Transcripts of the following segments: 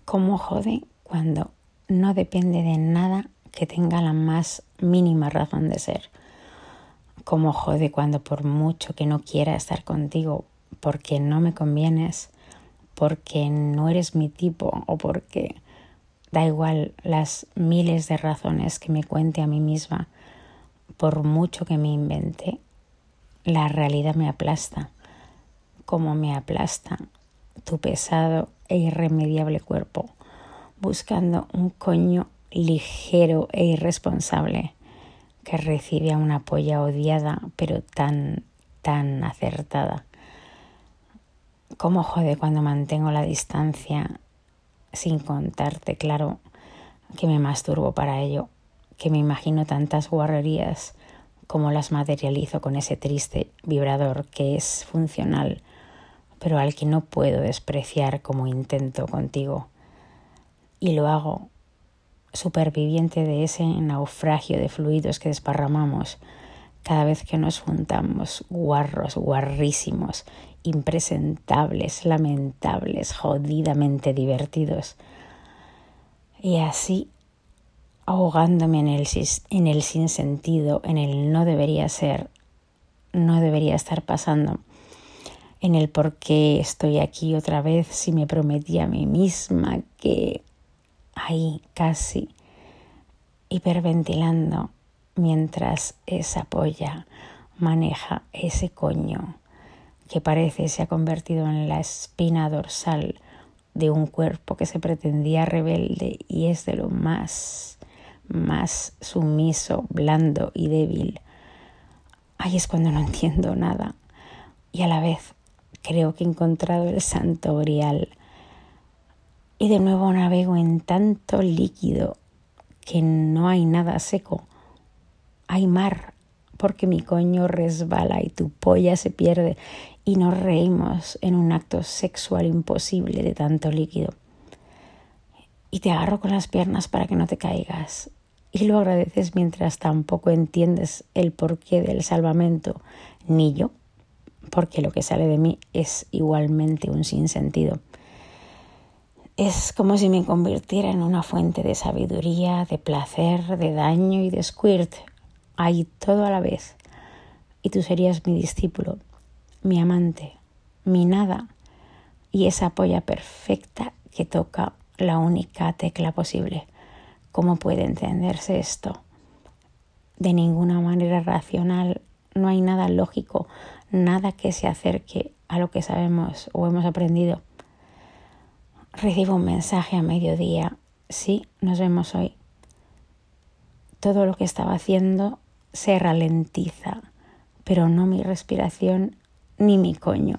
cómo jode cuando no depende de nada que tenga la más mínima razón de ser. Cómo jode cuando por mucho que no quiera estar contigo porque no me convienes, porque no eres mi tipo o porque da igual las miles de razones que me cuente a mí misma, por mucho que me invente, la realidad me aplasta, como me aplasta tu pesado e irremediable cuerpo, buscando un coño ligero e irresponsable que recibe a una polla odiada pero tan acertada. Cómo jode cuando mantengo la distancia sin contarte, claro, que me masturbo para ello, que me imagino tantas guarrerías como las materializo con ese triste vibrador que es funcional, pero al que no puedo despreciar como intento contigo. Y lo hago superviviente de ese naufragio de fluidos que desparramamos cada vez que nos juntamos, guarros, guarrísimos, impresentables, lamentables, jodidamente divertidos. Y así, ahogándome en el sinsentido, en el no debería ser, no debería estar pasando, en el por qué estoy aquí otra vez si me prometí a mí misma que ahí casi hiperventilando mientras esa polla maneja ese coño que parece se ha convertido en la espina dorsal de un cuerpo que se pretendía rebelde y es de lo más sumiso, blando y débil. Ahí es cuando no entiendo nada y a la vez creo que he encontrado el santo grial y de nuevo navego en tanto líquido que no hay nada seco. Hay mar, porque mi coño resbala y tu polla se pierde y nos reímos en un acto sexual imposible de tanto líquido. Y te agarro con las piernas para que no te caigas. Y lo agradeces mientras tampoco entiendes el porqué del salvamento, ni yo, porque lo que sale de mí es igualmente un sinsentido. Es como si me convirtiera en una fuente de sabiduría, de placer, de daño y de squirt. Ahí todo a la vez. Y tú serías mi discípulo, mi amante, mi nada. Y esa polla perfecta que toca la única tecla posible. ¿Cómo puede entenderse esto? De ninguna manera racional. No hay nada lógico, nada que se acerque a lo que sabemos o hemos aprendido. Recibo un mensaje a mediodía. Sí, nos vemos hoy. Todo lo que estaba haciendo se ralentiza, pero no mi respiración ni mi coño.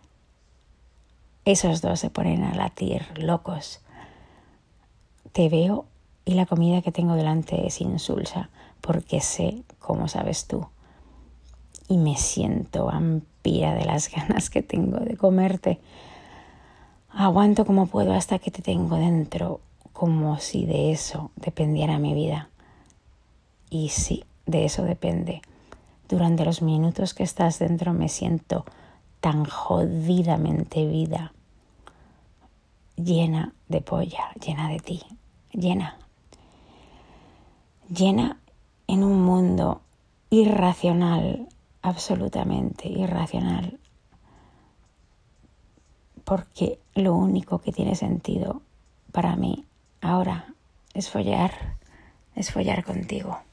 Esos dos se ponen a latir, locos. Te veo y la comida que tengo delante es insulsa, porque sé cómo sabes tú. Y me siento vampira de las ganas que tengo de comerte. Aguanto como puedo hasta que te tengo dentro, como si de eso dependiera mi vida. Y sí, de eso depende. Durante los minutos que estás dentro me siento tan jodidamente vida, llena de polla, llena de ti, llena en un mundo irracional, absolutamente irracional, porque lo único que tiene sentido para mí ahora es follar contigo.